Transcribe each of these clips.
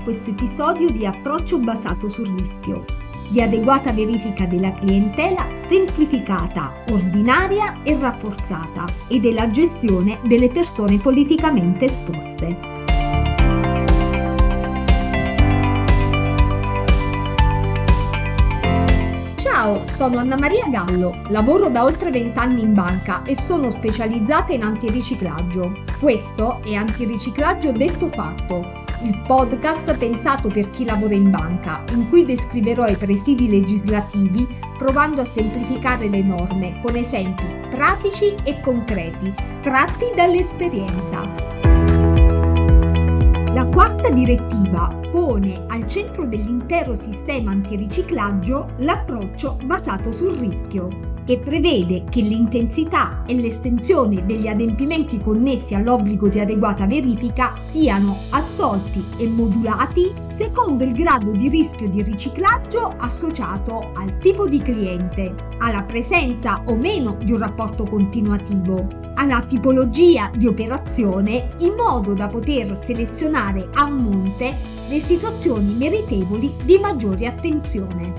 questo episodio di Approccio basato sul rischio, di adeguata verifica della clientela semplificata, ordinaria e rafforzata e della gestione delle persone politicamente esposte. Ciao, sono Anna Maria Gallo, lavoro da oltre 20 anni in banca e sono specializzata in antiriciclaggio. Questo è Antiriciclaggio Detto Fatto, il podcast pensato per chi lavora in banca, in cui descriverò i presidi legislativi provando a semplificare le norme con esempi pratici e concreti, tratti dall'esperienza. La quarta direttiva pone al centro dell'intero sistema antiriciclaggio l'approccio basato sul rischio, che prevede che l'intensità e l'estensione degli adempimenti connessi all'obbligo di adeguata verifica siano assolti e modulati secondo il grado di rischio di riciclaggio associato al tipo di cliente, alla presenza o meno di un rapporto continuativo, alla tipologia di operazione, in modo da poter selezionare a monte le situazioni meritevoli di maggiore attenzione.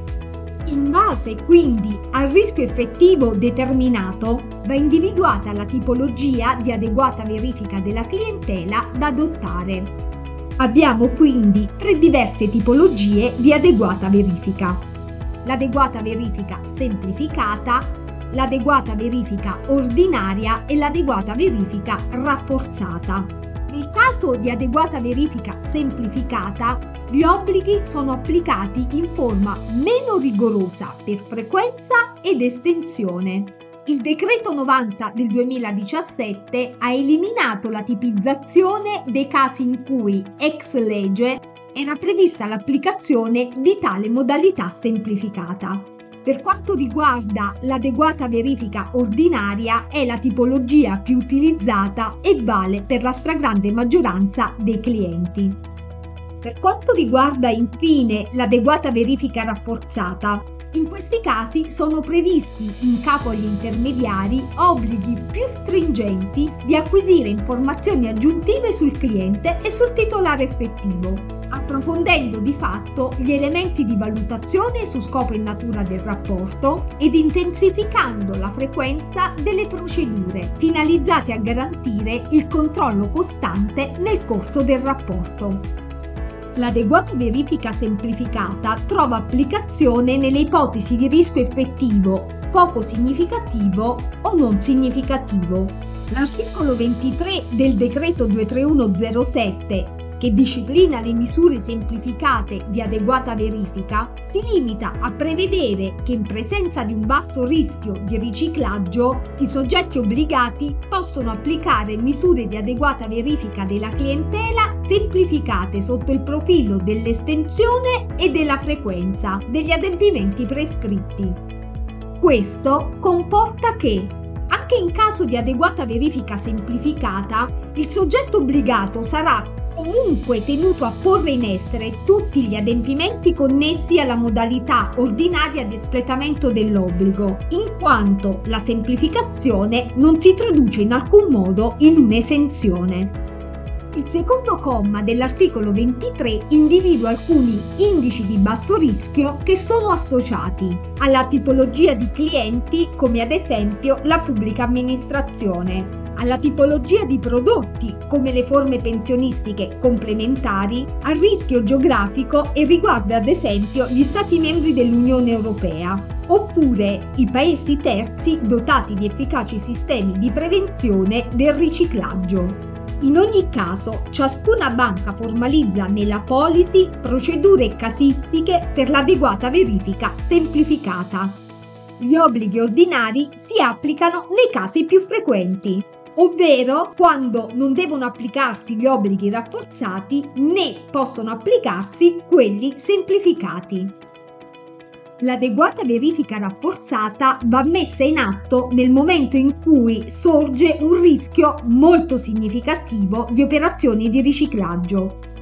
In base quindi al rischio effettivo determinato, va individuata la tipologia di adeguata verifica della clientela da adottare. Abbiamo quindi tre diverse tipologie di adeguata verifica: l'adeguata verifica semplificata, l'adeguata verifica ordinaria e l'adeguata verifica rafforzata. Nel caso di adeguata verifica semplificata, gli obblighi sono applicati in forma meno rigorosa per frequenza ed estensione. Il decreto 90 del 2017 ha eliminato la tipizzazione dei casi in cui, ex legge, era prevista l'applicazione di tale modalità semplificata. Per quanto riguarda l'adeguata verifica ordinaria, è la tipologia più utilizzata e vale per la stragrande maggioranza dei clienti. Per quanto riguarda infine l'adeguata verifica rafforzata, in questi casi sono previsti in capo agli intermediari obblighi più stringenti di acquisire informazioni aggiuntive sul cliente e sul titolare effettivo, approfondendo di fatto gli elementi di valutazione su scopo e natura del rapporto ed intensificando la frequenza delle procedure finalizzate a garantire il controllo costante nel corso del rapporto. L'adeguata verifica semplificata trova applicazione nelle ipotesi di rischio effettivo, poco significativo o non significativo. L'articolo 23 del decreto 23107, che disciplina le misure semplificate di adeguata verifica, si limita a prevedere che in presenza di un basso rischio di riciclaggio, i soggetti obbligati possono applicare misure di adeguata verifica della clientela semplificate sotto il profilo dell'estensione e della frequenza degli adempimenti prescritti. Questo comporta che, anche in caso di adeguata verifica semplificata, il soggetto obbligato sarà comunque tenuto a porre in essere tutti gli adempimenti connessi alla modalità ordinaria di espletamento dell'obbligo, in quanto la semplificazione non si traduce in alcun modo in un'esenzione. Il secondo comma dell'articolo 23 individua alcuni indici di basso rischio che sono associati alla tipologia di clienti, come ad esempio la pubblica amministrazione, alla tipologia di prodotti come le forme pensionistiche complementari, al rischio geografico e riguarda ad esempio gli Stati membri dell'Unione Europea, oppure i paesi terzi dotati di efficaci sistemi di prevenzione del riciclaggio. In ogni caso, ciascuna banca formalizza nella policy procedure e casistiche per l'adeguata verifica semplificata. Gli obblighi ordinari si applicano nei casi più frequenti, ovvero quando non devono applicarsi gli obblighi rafforzati né possono applicarsi quelli semplificati. L'adeguata verifica rafforzata va messa in atto nel momento in cui sorge un rischio molto significativo di operazioni di riciclaggio,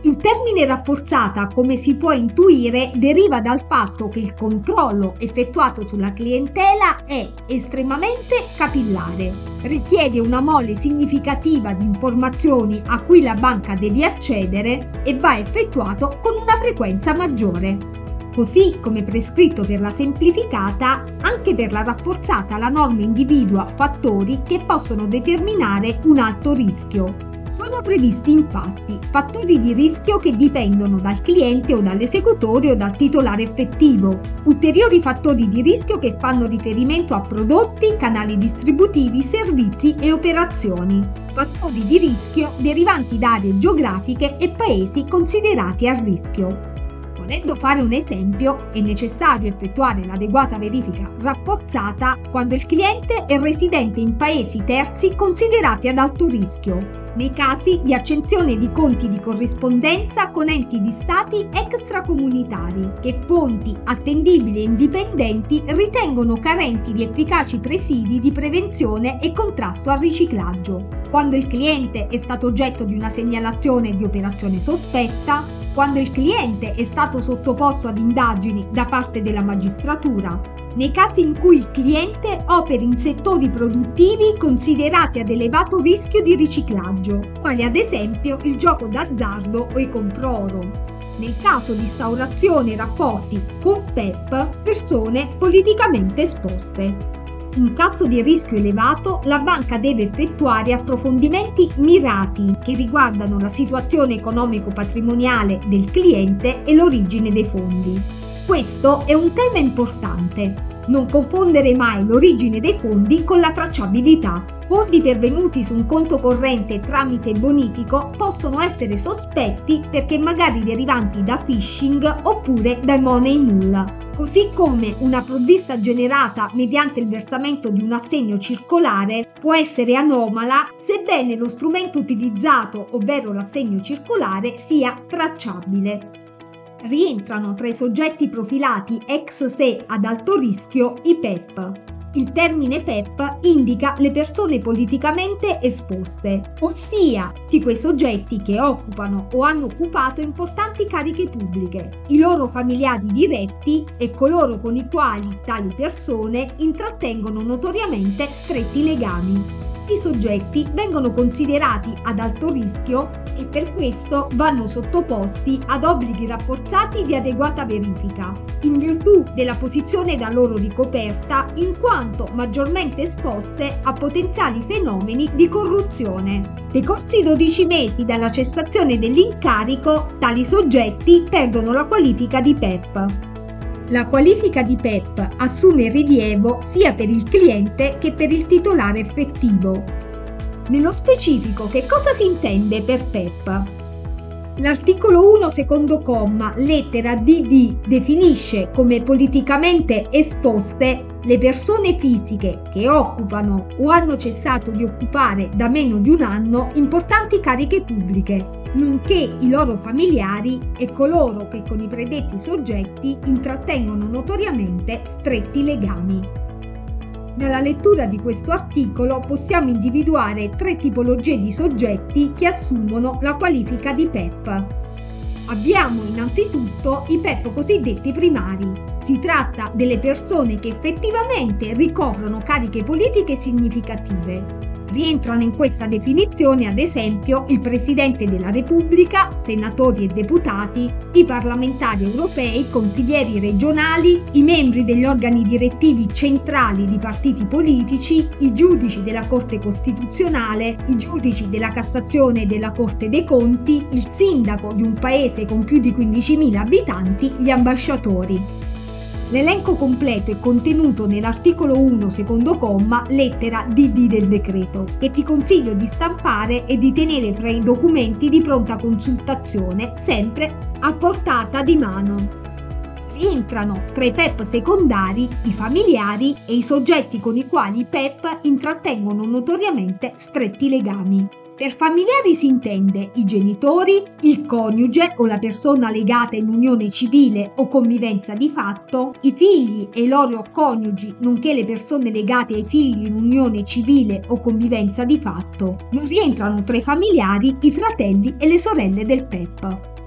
Il termine rafforzata, come si può intuire, deriva dal fatto che il controllo effettuato sulla clientela è estremamente capillare. Richiede una mole significativa di informazioni a cui la banca deve accedere e va effettuato con una frequenza maggiore. Così come prescritto per la semplificata, anche per la rafforzata la norma individua fattori che possono determinare un alto rischio. Sono previsti infatti fattori di rischio che dipendono dal cliente o dall'esecutore o dal titolare effettivo, ulteriori fattori di rischio che fanno riferimento a prodotti, canali distributivi, servizi e operazioni, fattori di rischio derivanti da aree geografiche e paesi considerati a rischio. Volendo fare un esempio, è necessario effettuare l'adeguata verifica rafforzata quando il cliente è residente in paesi terzi considerati ad alto rischio, nei casi di accensione di conti di corrispondenza con enti di stati extracomunitari che fonti attendibili e indipendenti ritengono carenti di efficaci presidi di prevenzione e contrasto al riciclaggio, quando il cliente è stato oggetto di una segnalazione di operazione sospetta, quando il cliente è stato sottoposto ad indagini da parte della magistratura, nei casi in cui il cliente operi in settori produttivi considerati ad elevato rischio di riciclaggio, quali ad esempio il gioco d'azzardo o i compro-oro. Nel caso di instaurazione rapporti con PEP, persone politicamente esposte. In caso di rischio elevato, la banca deve effettuare approfondimenti mirati che riguardano la situazione economico-patrimoniale del cliente e l'origine dei fondi. Questo è un tema importante. Non confondere mai l'origine dei fondi con la tracciabilità. Fondi pervenuti su un conto corrente tramite bonifico possono essere sospetti perché magari derivanti da phishing oppure da money nulla. Così come una provvista generata mediante il versamento di un assegno circolare può essere anomala sebbene lo strumento utilizzato, ovvero l'assegno circolare, sia tracciabile. Rientrano tra i soggetti profilati ex se ad alto rischio i PEP. Il termine PEP indica le persone politicamente esposte, ossia tutti quei soggetti che occupano o hanno occupato importanti cariche pubbliche, i loro familiari diretti e coloro con i quali tali persone intrattengono notoriamente stretti legami. I soggetti vengono considerati ad alto rischio e per questo vanno sottoposti ad obblighi rafforzati di adeguata verifica, in virtù della posizione da loro ricoperta, in quanto maggiormente esposte a potenziali fenomeni di corruzione. Decorsi 12 mesi dalla cessazione dell'incarico, tali soggetti perdono la qualifica di PEP. La qualifica di PEP assume rilievo sia per il cliente che per il titolare effettivo. Nello specifico, che cosa si intende per PEP? L'articolo 1, secondo comma, lettera dd definisce come politicamente esposte le persone fisiche che occupano o hanno cessato di occupare da meno di un anno importanti cariche pubbliche, nonché i loro familiari e coloro che con i predetti soggetti intrattengono notoriamente stretti legami. Nella lettura di questo articolo possiamo individuare tre tipologie di soggetti che assumono la qualifica di PEP. Abbiamo innanzitutto i PEP cosiddetti primari. Si tratta delle persone che effettivamente ricoprono cariche politiche significative. Rientrano in questa definizione, ad esempio, il Presidente della Repubblica, senatori e deputati, i parlamentari europei, consiglieri regionali, i membri degli organi direttivi centrali di partiti politici, i giudici della Corte Costituzionale, i giudici della Cassazione e della Corte dei Conti, il sindaco di un paese con più di 15.000 abitanti, gli ambasciatori. L'elenco completo è contenuto nell'articolo 1, secondo comma, lettera dd del decreto, che ti consiglio di stampare e di tenere tra i documenti di pronta consultazione, sempre a portata di mano. Rientrano tra i PEP secondari i familiari e i soggetti con i quali i PEP intrattengono notoriamente stretti legami. Per familiari si intende i genitori, il coniuge o la persona legata in unione civile o convivenza di fatto, i figli e i loro coniugi, nonché le persone legate ai figli in unione civile o convivenza di fatto. Non rientrano tra i familiari i fratelli e le sorelle del PEP.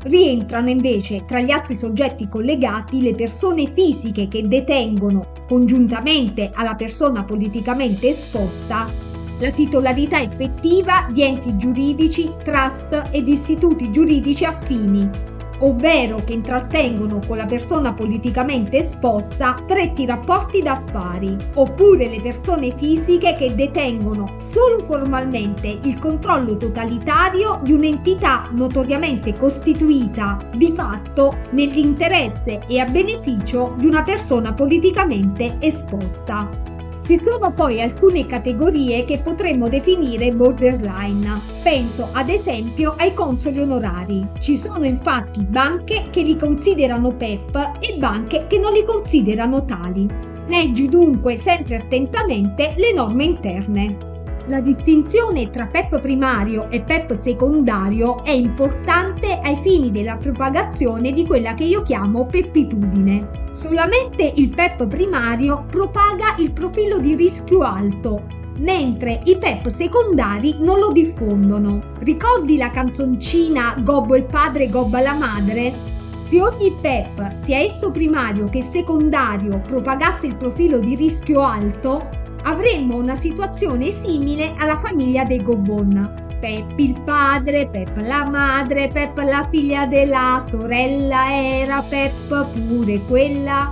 Rientrano invece tra gli altri soggetti collegati le persone fisiche che detengono, congiuntamente alla persona politicamente esposta, la titolarità effettiva di enti giuridici, trust ed istituti giuridici affini, ovvero che intrattengono con la persona politicamente esposta stretti rapporti d'affari, oppure le persone fisiche che detengono solo formalmente il controllo totalitario di un'entità notoriamente costituita di fatto nell'interesse e a beneficio di una persona politicamente esposta. Ci sono poi alcune categorie che potremmo definire borderline. Penso ad esempio ai consoli onorari. Ci sono infatti banche che li considerano PEP e banche che non li considerano tali. Leggi dunque sempre attentamente le norme interne. La distinzione tra PEP primario e PEP secondario è importante ai fini della propagazione di quella che io chiamo peppitudine. Solamente il PEP primario propaga il profilo di rischio alto, mentre i PEP secondari non lo diffondono. Ricordi la canzoncina Gobbo il padre, gobba la madre? Se ogni PEP, sia esso primario che secondario, propagasse il profilo di rischio alto, avremmo una situazione simile alla famiglia dei Gobbon. Pep il padre, Pep la madre, Pep la figlia della sorella era Pep pure quella.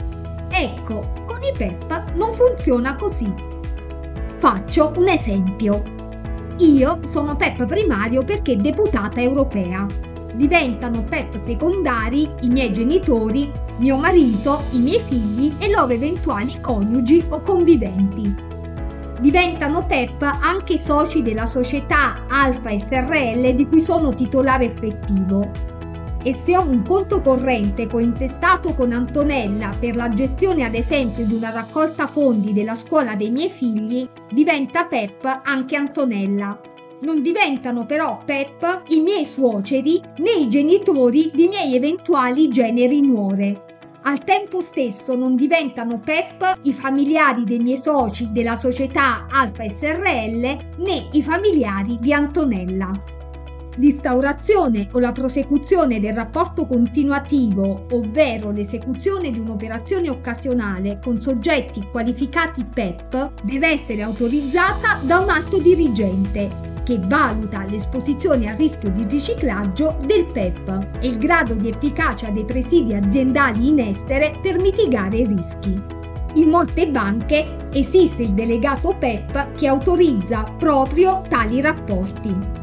Ecco, con i Pep non funziona così. Faccio un esempio. Io sono Pep primario perché deputata europea. Diventano Pep secondari i miei genitori, mio marito, i miei figli e loro eventuali coniugi o conviventi. Diventano PEP anche i soci della società Alfa SRL di cui sono titolare effettivo. E se ho un conto corrente cointestato con Antonella per la gestione ad esempio di una raccolta fondi della scuola dei miei figli, diventa PEP anche Antonella. Non diventano però PEP i miei suoceri né i genitori di miei eventuali generi nuore. Al tempo stesso non diventano PEP i familiari dei miei soci della società Alfa SRL né i familiari di Antonella. L'instaurazione o la prosecuzione del rapporto continuativo, ovvero l'esecuzione di un'operazione occasionale con soggetti qualificati PEP, deve essere autorizzata da un atto dirigente che valuta l'esposizione al rischio di riciclaggio del PEP e il grado di efficacia dei presidi aziendali in essere per mitigare i rischi. In molte banche esiste il delegato PEP che autorizza proprio tali rapporti.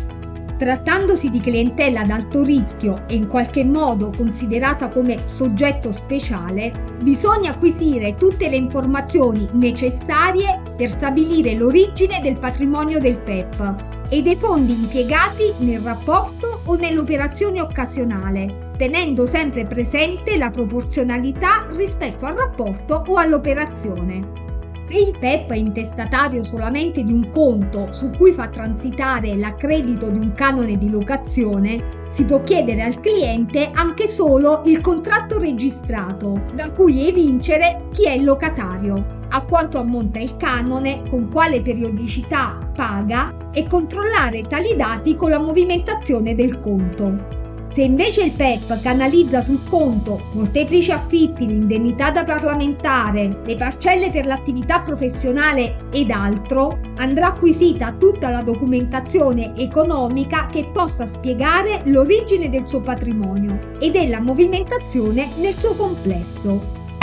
Trattandosi di clientela ad alto rischio e in qualche modo considerata come soggetto speciale, bisogna acquisire tutte le informazioni necessarie per stabilire l'origine del patrimonio del PEP e dei fondi impiegati nel rapporto o nell'operazione occasionale, tenendo sempre presente la proporzionalità rispetto al rapporto o all'operazione. Se il PEP è intestatario solamente di un conto su cui fa transitare l'accredito di un canone di locazione, si può chiedere al cliente anche solo il contratto registrato, da cui evincere chi è il locatario, a quanto ammonta il canone, con quale periodicità paga e controllare tali dati con la movimentazione del conto. Se invece il PEP canalizza sul conto molteplici affitti, l'indennità da parlamentare, le parcelle per l'attività professionale ed altro, andrà acquisita tutta la documentazione economica che possa spiegare l'origine del suo patrimonio e della movimentazione nel suo complesso.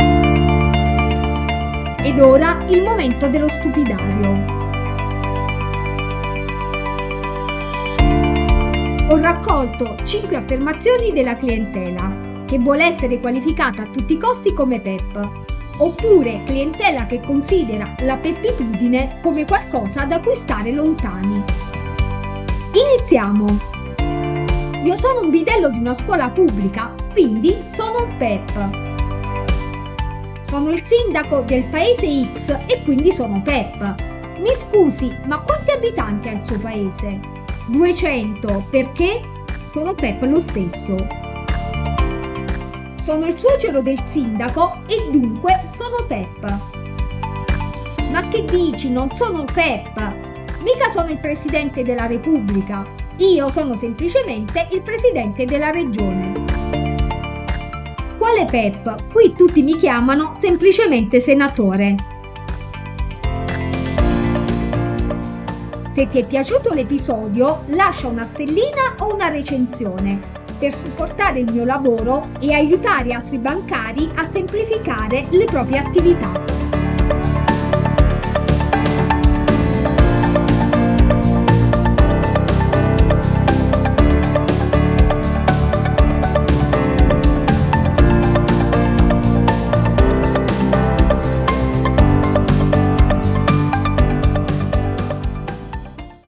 Ed ora il momento dello stupidario. Ho raccolto 5 affermazioni della clientela che vuole essere qualificata a tutti i costi come PEP, oppure clientela che considera la peppitudine come qualcosa da cui stare lontani. Iniziamo! Io sono un bidello di una scuola pubblica, quindi sono un PEP. Sono il sindaco del paese X e quindi sono PEP. Mi scusi, ma quanti abitanti ha il suo paese? 200, perché sono PEP lo stesso. Sono il suocero del sindaco e dunque sono PEP. Ma che dici, non sono PEP? Mica sono il presidente della Repubblica. Io sono semplicemente il presidente della regione. Quale Pep? Qui tutti mi chiamano semplicemente senatore. Se ti è piaciuto l'episodio, lascia una stellina o una recensione per supportare il mio lavoro e aiutare altri bancari a semplificare le proprie attività.